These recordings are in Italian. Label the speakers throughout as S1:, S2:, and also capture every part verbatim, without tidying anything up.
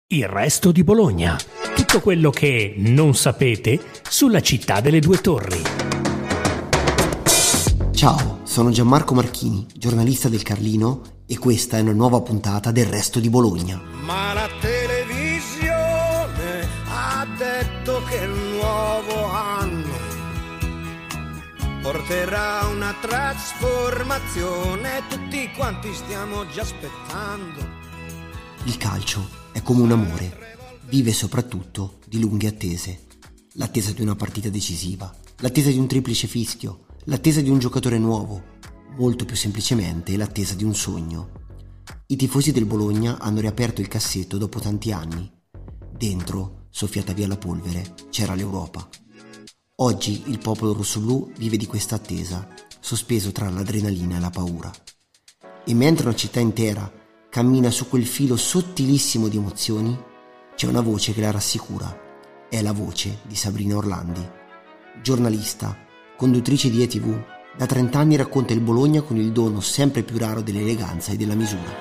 S1: Il resto di Bologna. Tutto quello che non sapete sulla città delle due torri.
S2: Ciao, sono Gianmarco Marchini, giornalista del Carlino, e questa è una nuova puntata del Resto di Bologna.
S3: Ma la televisione ha detto che il nuovo anno porterà una trasformazione, tutti quanti stiamo già aspettando.
S2: Il calcio è come un amore, vive soprattutto di lunghe attese. L'attesa di una partita decisiva, l'attesa di un triplice fischio, l'attesa di un giocatore nuovo, molto più semplicemente l'attesa di un sogno. I tifosi del Bologna hanno riaperto il cassetto dopo tanti anni. Dentro, soffiata via la polvere, c'era l'Europa. Oggi il popolo rossoblù vive di questa attesa, sospeso tra l'adrenalina e la paura. E mentre una città intera cammina su quel filo sottilissimo di emozioni, c'è una voce che la rassicura. È la voce di Sabrina Orlandi. Giornalista, conduttrice di E T V, da trent'anni racconta il Bologna con il dono sempre più raro dell'eleganza e della misura.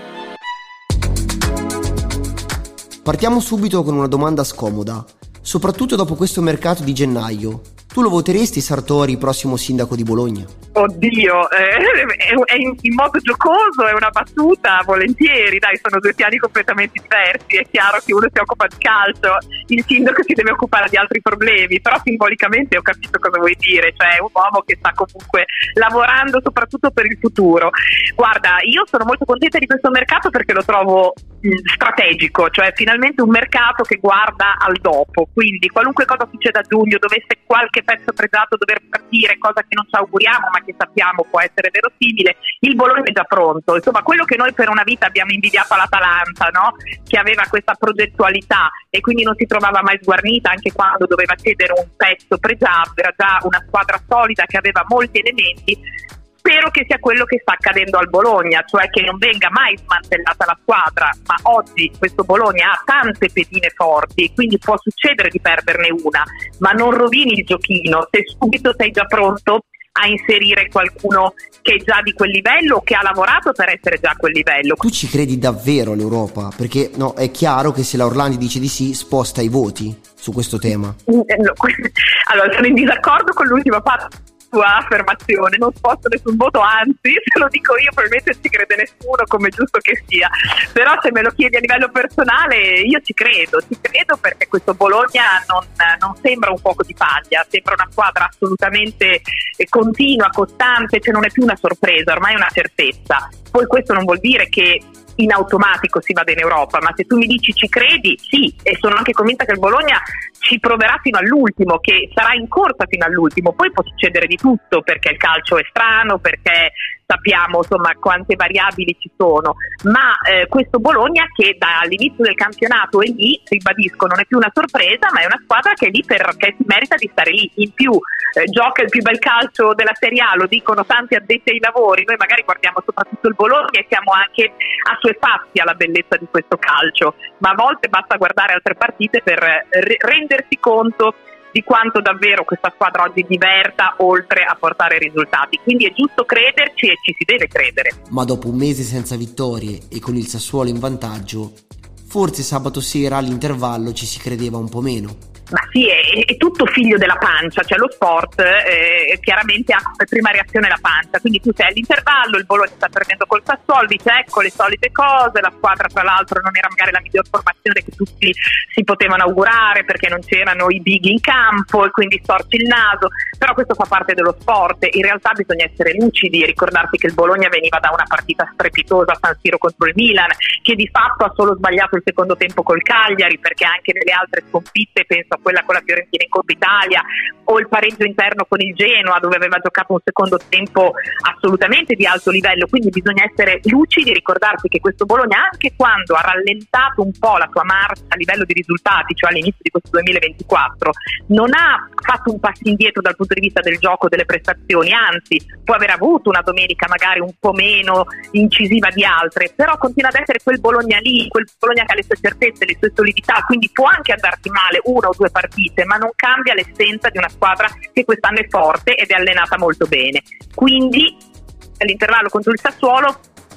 S2: Partiamo subito con una domanda scomoda, soprattutto dopo questo mercato di gennaio. Tu lo voteresti Sartori prossimo sindaco di Bologna?
S4: Oddio, eh, è in, in modo giocoso, è una battuta, volentieri, dai, sono due piani completamente diversi, è chiaro che uno si occupa di calcio, il sindaco si deve occupare di altri problemi, però simbolicamente ho capito cosa vuoi dire, cioè è un uomo che sta comunque lavorando soprattutto per il futuro. Guarda, io sono molto contenta di questo mercato perché lo trovo strategico, cioè finalmente un mercato che guarda al dopo, quindi qualunque cosa succeda a giugno, dovesse qualche pezzo pregiato dover partire, cosa che non ci auguriamo ma che sappiamo può essere verosimile, il Bologna è già pronto. Insomma, quello che noi per una vita abbiamo invidiato all'Atalanta, no? Che aveva questa progettualità e quindi non si trovava mai sguarnita anche quando doveva cedere un pezzo pregiato, era già una squadra solida che aveva molti elementi. Spero che sia quello che sta accadendo al Bologna, cioè che non venga mai smantellata la squadra, ma oggi questo Bologna ha tante pedine forti, quindi può succedere di perderne una, ma non rovini il giochino se subito sei già pronto a inserire qualcuno che è già di quel livello o che ha lavorato per essere già a quel livello.
S2: Tu ci credi davvero all'Europa? Perché no, è chiaro che se la Orlandi dice di sì, sposta i voti su questo tema.
S4: No. Allora, sono in disaccordo con l'ultima parte tua affermazione, non sposto nessun voto, anzi se lo dico io probabilmente ci crede nessuno, come giusto che sia, però se me lo chiedi a livello personale io ci credo, ci credo perché questo Bologna non, non sembra un fuoco di paglia, sembra una squadra assolutamente continua, costante, cioè non è più una sorpresa, ormai è una certezza. Poi questo non vuol dire che in automatico si vada in Europa, ma se tu mi dici ci credi, sì, e sono anche convinta che il Bologna ci proverà fino all'ultimo, che sarà in corsa fino all'ultimo. Poi può succedere di tutto, perché il calcio è strano, perché sappiamo insomma quante variabili ci sono, ma eh, questo Bologna che dall'inizio del campionato è lì, ribadisco, non è più una sorpresa, ma è una squadra che è lì perché si merita di stare lì. In più eh, gioca il più bel calcio della Serie A, lo dicono tanti addetti ai lavori, noi magari guardiamo soprattutto il Bologna e siamo anche assuefatti alla bellezza di questo calcio, ma a volte basta guardare altre partite per re- rendersi conto di quanto davvero questa squadra oggi diverta oltre a portare risultati. Quindi è giusto crederci e ci si deve credere.
S2: Ma dopo un mese senza vittorie e con il Sassuolo in vantaggio, forse sabato sera all'intervallo ci si credeva un po' meno.
S4: Ma sì, è, è tutto figlio della pancia, cioè lo sport eh, chiaramente ha come prima reazione la pancia, quindi tu sei all'intervallo, il Bologna sta perdendo col Sassuolo, dice ecco le solite cose, la squadra tra l'altro non era magari la miglior formazione che tutti si potevano augurare perché non c'erano i big in campo e quindi storci il naso, però questo fa parte dello sport. In realtà bisogna essere lucidi e ricordarsi che il Bologna veniva da una partita strepitosa a San Siro contro il Milan, che di fatto ha solo sbagliato il secondo tempo col Cagliari, perché anche nelle altre sconfitte, penso a quella con la Fiorentina in Coppa Italia o il pareggio interno con il Genoa dove aveva giocato un secondo tempo assolutamente di alto livello, quindi bisogna essere lucidi e ricordarsi che questo Bologna, anche quando ha rallentato un po' la sua marcia a livello di risultati, cioè all'inizio di questo duemilaventiquattro, non ha fatto un passo indietro dal punto di vista del gioco, delle prestazioni, anzi può aver avuto una domenica magari un po' meno incisiva di altre, però continua ad essere quel Bologna lì, quel Bologna che ha le sue certezze, le sue solidità, quindi può anche andarti male una o due partite, ma non cambia l'essenza di una squadra che quest'anno è forte ed è allenata molto bene. Quindi all'intervallo contro il Sassuolo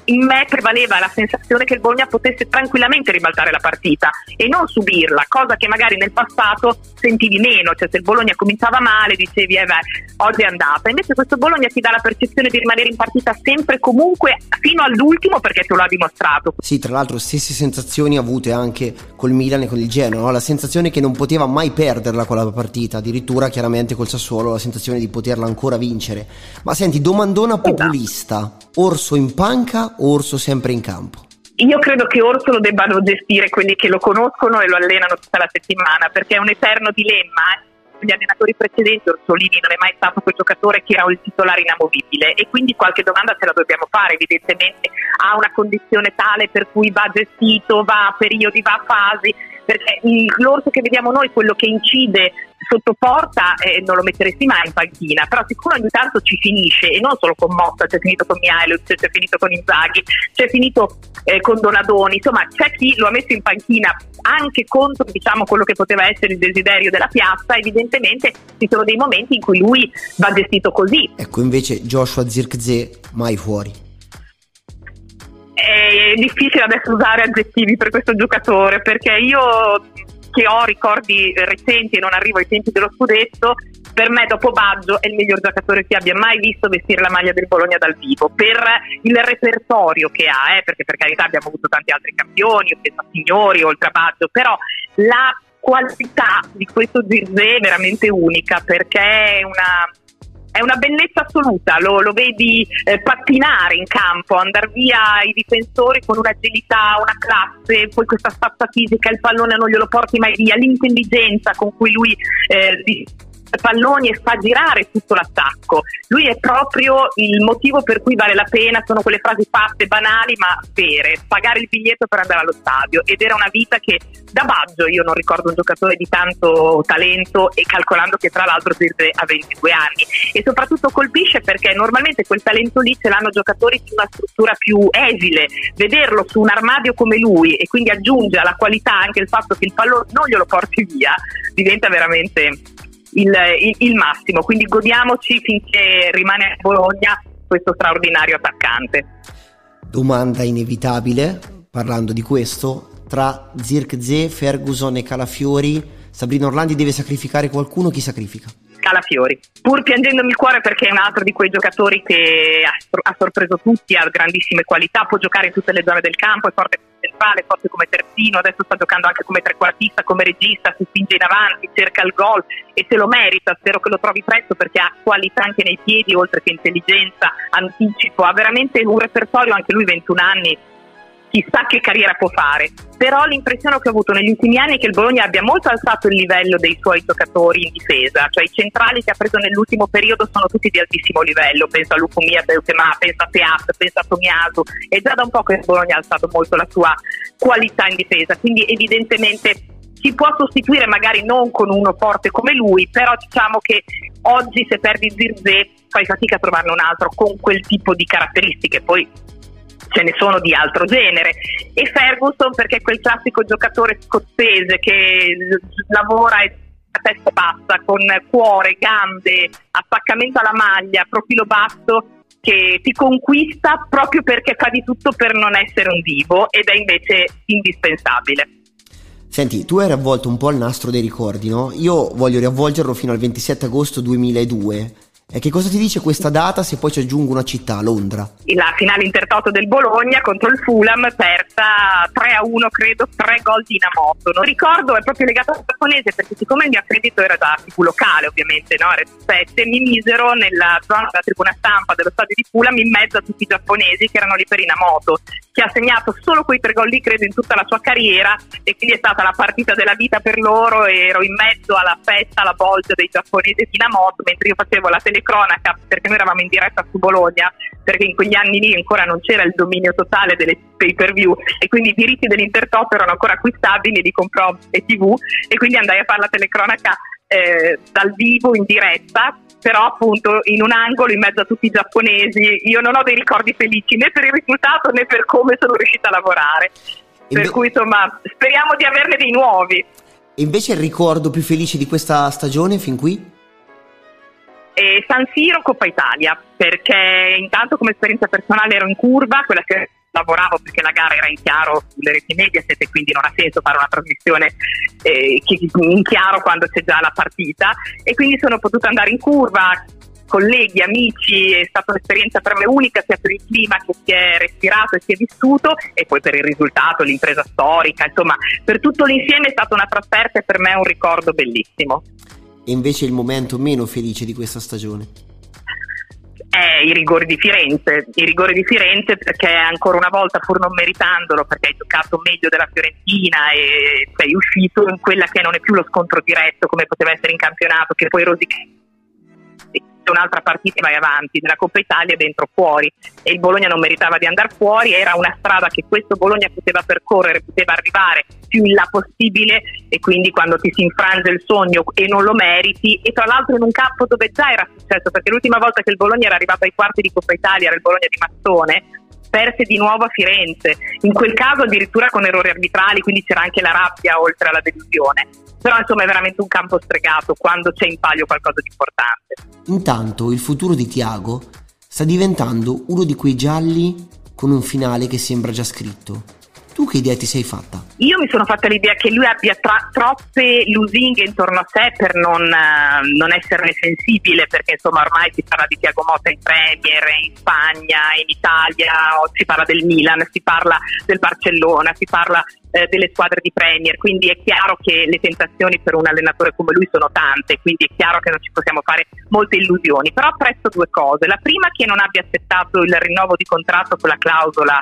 S4: in me prevaleva la sensazione che il Bologna potesse tranquillamente ribaltare la partita e non subirla, cosa che magari nel passato sentivi meno, cioè se il Bologna cominciava male dicevi eh beh, oggi è andata, invece questo Bologna ti dà la percezione di rimanere in partita sempre comunque fino all'ultimo, perché te lo ha dimostrato.
S2: Sì, tra l'altro stesse sensazioni avute anche col Milan e con il Genoa, no? La sensazione che non poteva mai perderla quella partita, addirittura chiaramente col Sassuolo la sensazione di poterla ancora vincere. Ma senti, domandona populista, Orso in panca o Orso sempre in campo?
S4: Io credo che Orso lo debbano gestire quelli che lo conoscono e lo allenano tutta la settimana, perché è un eterno dilemma. Eh? Gli allenatori precedenti, Orsolini non è mai stato quel giocatore che era il titolare inamovibile, e quindi qualche domanda ce la dobbiamo fare. Evidentemente ha una condizione tale per cui va gestito, va a periodi, va a fasi, perché l'Orso che vediamo noi, quello che incide sotto porta, eh, non lo metteresti mai in panchina, però siccome ogni tanto ci finisce, e non solo con Motta, c'è finito con Mihajlovic, c'è finito con Inzaghi, c'è finito eh, con Donadoni, insomma c'è chi lo ha messo in panchina anche contro, diciamo, quello che poteva essere il desiderio della piazza. Evidentemente ci sono dei momenti in cui lui va gestito così.
S2: Ecco, invece Joshua Zirkzee mai fuori.
S4: È difficile adesso usare aggettivi per questo giocatore, perché io che ho ricordi recenti e non arrivo ai tempi dello scudetto, per me dopo Baggio è il miglior giocatore che abbia mai visto vestire la maglia del Bologna dal vivo, per il repertorio che ha, eh, perché per carità abbiamo avuto tanti altri campioni, io penso a Signori oltre a Baggio, però la qualità di questo Zirkzee è veramente unica, perché è una È una bellezza assoluta, lo, lo vedi eh, pattinare in campo, andare via i difensori con un'agilità, una classe, poi questa stazza fisica, il pallone non glielo porti mai via, l'intelligenza con cui lui eh, di palloni e fa girare tutto l'attacco. Lui è proprio il motivo per cui vale la pena, sono quelle frasi fatte banali ma vere, pagare il biglietto per andare allo stadio, ed era una vita che da Baggio io non ricordo un giocatore di tanto talento, e calcolando che tra l'altro Zirkzee ha ventidue anni, e soprattutto colpisce perché normalmente quel talento lì ce l'hanno giocatori su una struttura più esile. Vederlo su un armadio come lui, e quindi aggiunge alla qualità anche il fatto che il pallone non glielo porti via, diventa veramente il, il, il massimo. Quindi godiamoci finché rimane a Bologna questo straordinario attaccante.
S2: Domanda inevitabile, parlando di questo: tra Zirkzee, Ferguson e Calafiori, Sabrina Orlandi deve sacrificare qualcuno, chi sacrifica?
S4: Calafiori, pur piangendomi il cuore, perché è un altro di quei giocatori che ha, ha sorpreso tutti, ha grandissime qualità, può giocare in tutte le zone del campo, è forte come centrale, forte come terzino, adesso sta giocando anche come trequartista, come regista, si spinge in avanti, cerca il gol e se lo merita. Spero che lo trovi presto, perché ha qualità anche nei piedi, oltre che intelligenza, anticipo, ha veramente un repertorio, anche lui ventuno anni, chissà che carriera può fare. Però l'impressione che ho avuto negli ultimi anni è che il Bologna abbia molto alzato il livello dei suoi giocatori in difesa, cioè i centrali che ha preso nell'ultimo periodo sono tutti di altissimo livello, penso a Lukumi, a Beukema, penso a Teat, penso a Tomiyasu, è già da un po' che il Bologna ha alzato molto la sua qualità in difesa, quindi evidentemente si può sostituire magari non con uno forte come lui, però diciamo che oggi se perdi Zirkzee fai fatica a trovarne un altro con quel tipo di caratteristiche, poi ce ne sono di altro genere. E Ferguson perché è quel classico giocatore scozzese che lavora a testa bassa, con cuore, gambe, attaccamento alla maglia, profilo basso, che ti conquista proprio perché fa di tutto per non essere un divo, ed è invece indispensabile.
S2: Senti, tu hai riavvolto un po' il nastro dei ricordi, no? Io voglio riavvolgerlo fino al ventisette agosto duemiladue. E che cosa ti dice questa data se poi ci aggiungo una città, Londra?
S4: La finale Intertoto del Bologna contro il Fulham, persa tre a uno credo, tre gol di Inamoto. Non ricordo, è proprio legato al giapponese, perché siccome il mio accredito era da tivù locale ovviamente, no? Era sette, mi misero nella zona della tribuna stampa dello stadio di Fulham in mezzo a tutti i giapponesi che erano lì per Inamoto, che ha segnato solo quei tre gol lì credo in tutta la sua carriera, e quindi è stata la partita della vita per loro. Ero in mezzo alla festa, alla bolgia dei giapponesi di Inamoto, mentre io facevo la telecronaca, perché noi eravamo in diretta su Bologna, perché in quegli anni lì ancora non c'era il dominio totale delle pay per view, e quindi i diritti dell'Intertoto erano ancora acquistabili, li comprò e tivù, e quindi andai a fare la telecronaca eh, dal vivo in diretta, però appunto in un angolo in mezzo a tutti i giapponesi. Io non ho dei ricordi felici né per il risultato né per come sono riuscita a lavorare, Inve- per cui insomma speriamo di averne dei nuovi.
S2: E invece il ricordo più felice di questa stagione fin qui?
S4: E San Siro, Coppa Italia, perché intanto come esperienza personale ero in curva, quella che lavoravo perché la gara era in chiaro sulle reti Mediaset e quindi non ha senso fare una trasmissione eh, in chiaro quando c'è già la partita, e quindi sono potuta andare in curva, colleghi, amici, è stata un'esperienza per me unica sia per il clima che si è respirato e si è vissuto, e poi per il risultato, l'impresa storica, insomma per tutto l'insieme è stata una trasferta e per me è un ricordo bellissimo.
S2: E invece il momento meno felice di questa stagione?
S4: Eh, i rigori di Firenze, i rigori di Firenze perché ancora una volta, pur non meritandolo, perché hai giocato meglio della Fiorentina e sei uscito in quella che non è più lo scontro diretto come poteva essere in campionato, che poi rosica un'altra partita e vai avanti, nella Coppa Italia dentro fuori, e il Bologna non meritava di andare fuori, era una strada che questo Bologna poteva percorrere, poteva arrivare più in là possibile, e quindi quando ti si infrange il sogno e non lo meriti, e tra l'altro in un campo dove già era successo, perché l'ultima volta che il Bologna era arrivato ai quarti di Coppa Italia era il Bologna di Massone, perse di nuovo a Firenze, in quel caso addirittura con errori arbitrali, quindi c'era anche la rabbia oltre alla delusione. Però insomma è veramente un campo stregato quando c'è in palio qualcosa di importante.
S2: Intanto il futuro di Thiago sta diventando uno di quei gialli con un finale che sembra già scritto. Tu che idea ti sei fatta?
S4: Io mi sono fatta l'idea che lui abbia tra- troppe lusinghe intorno a sé per non, uh, non esserne sensibile, perché insomma ormai si parla di Thiago Motta in Premier, in Spagna, in Italia, si parla del Milan, si parla del Barcellona, si parla eh, delle squadre di Premier, quindi è chiaro che le tentazioni per un allenatore come lui sono tante, quindi è chiaro che non ci possiamo fare molte illusioni, però apprezzo due cose. La prima, che non abbia accettato il rinnovo di contratto con la clausola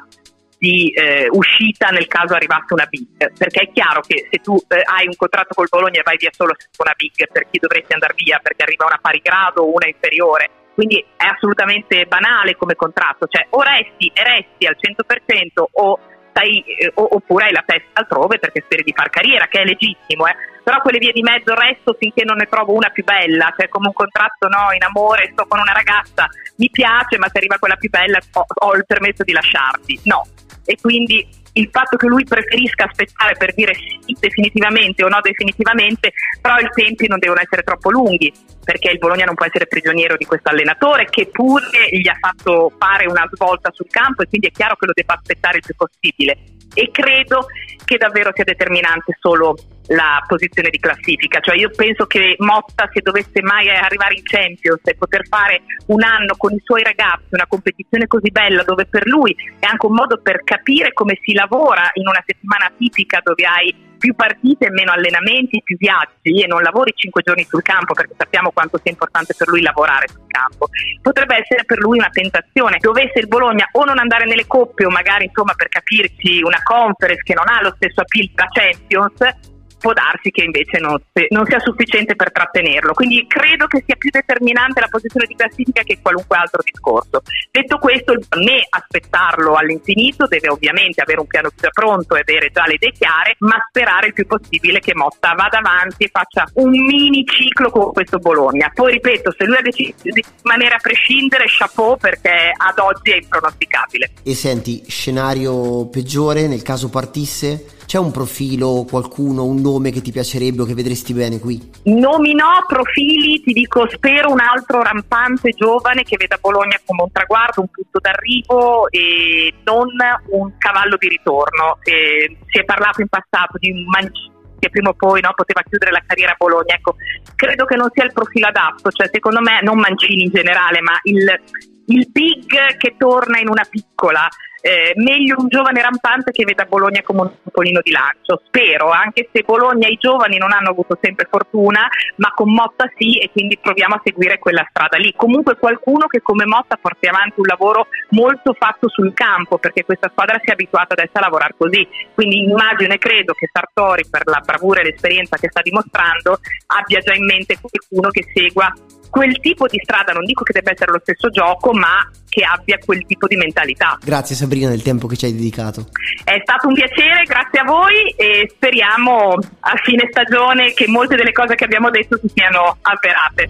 S4: di eh, uscita nel caso arrivasse una big, perché è chiaro che se tu eh, hai un contratto col Bologna e vai via solo se una big, per chi dovresti andare via perché arriva una pari grado o una inferiore, quindi è assolutamente banale come contratto, cioè o resti e resti al cento per cento o stai eh, o, oppure hai la testa altrove perché speri di far carriera, che è legittimo, eh. Però quelle vie di mezzo, resto finché non ne trovo una più bella, cioè come un contratto, no, in amore, sto con una ragazza, mi piace, ma se arriva quella più bella ho, ho il permesso di lasciarti, no. E quindi il fatto che lui preferisca aspettare per dire sì definitivamente o no definitivamente, però i tempi non devono essere troppo lunghi, perché il Bologna non può essere prigioniero di questo allenatore che pure gli ha fatto fare una svolta sul campo, e quindi è chiaro che lo debba aspettare il più possibile, e credo che davvero sia determinante solo la posizione di classifica, cioè io penso che Motta, se dovesse mai arrivare in Champions e poter fare un anno con i suoi ragazzi una competizione così bella, dove per lui è anche un modo per capire come si lavora in una settimana tipica dove hai più partite e meno allenamenti, più viaggi, e non lavori cinque giorni sul campo, perché sappiamo quanto sia importante per lui lavorare sul campo, potrebbe essere per lui una tentazione. Dovesse il Bologna o non andare nelle coppe, o magari insomma per capirci una conference che non ha lo stesso appeal da Champions, può darsi che invece non, non sia sufficiente per trattenerlo, quindi credo che sia più determinante la posizione di classifica che qualunque altro discorso. Detto questo, a me aspettarlo all'infinito, deve ovviamente avere un piano più pronto e avere già le idee chiare, ma sperare il più possibile che Motta vada avanti e faccia un mini ciclo con questo Bologna. Poi ripeto, se lui ha deciso di rimanere a prescindere, chapeau, perché ad oggi è impronosticabile.
S2: E senti, scenario peggiore nel caso partisse? C'è un profilo, qualcuno, un nome che ti piacerebbe o che vedresti bene qui?
S4: Nomi no, profili ti dico, spero un altro rampante giovane che veda Bologna come un traguardo, un punto d'arrivo e non un cavallo di ritorno. E si è parlato in passato di un Mancini che prima o poi, no, poteva chiudere la carriera a Bologna, ecco, credo che non sia il profilo adatto, cioè secondo me non Mancini in generale, ma il, il big che torna in una piccola. Eh, meglio un giovane rampante che veda Bologna come un trampolino di lancio, spero, anche se Bologna i giovani non hanno avuto sempre fortuna, ma con Motta sì, e quindi proviamo a seguire quella strada lì. Comunque qualcuno che come Motta porti avanti un lavoro molto fatto sul campo, perché questa squadra si è abituata adesso a lavorare così, quindi immagino e credo che Sartori, per la bravura e l'esperienza che sta dimostrando, abbia già in mente qualcuno che segua quel tipo di strada. Non dico che debba essere lo stesso gioco, ma che abbia quel tipo di mentalità.
S2: Grazie Sabrina del tempo che ci hai dedicato.
S4: È stato un piacere, grazie a voi, e speriamo a fine stagione che molte delle cose che abbiamo detto si siano avverate.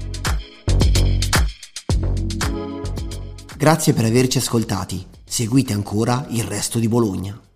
S2: Grazie per averci ascoltati. Seguite ancora il resto di Bologna.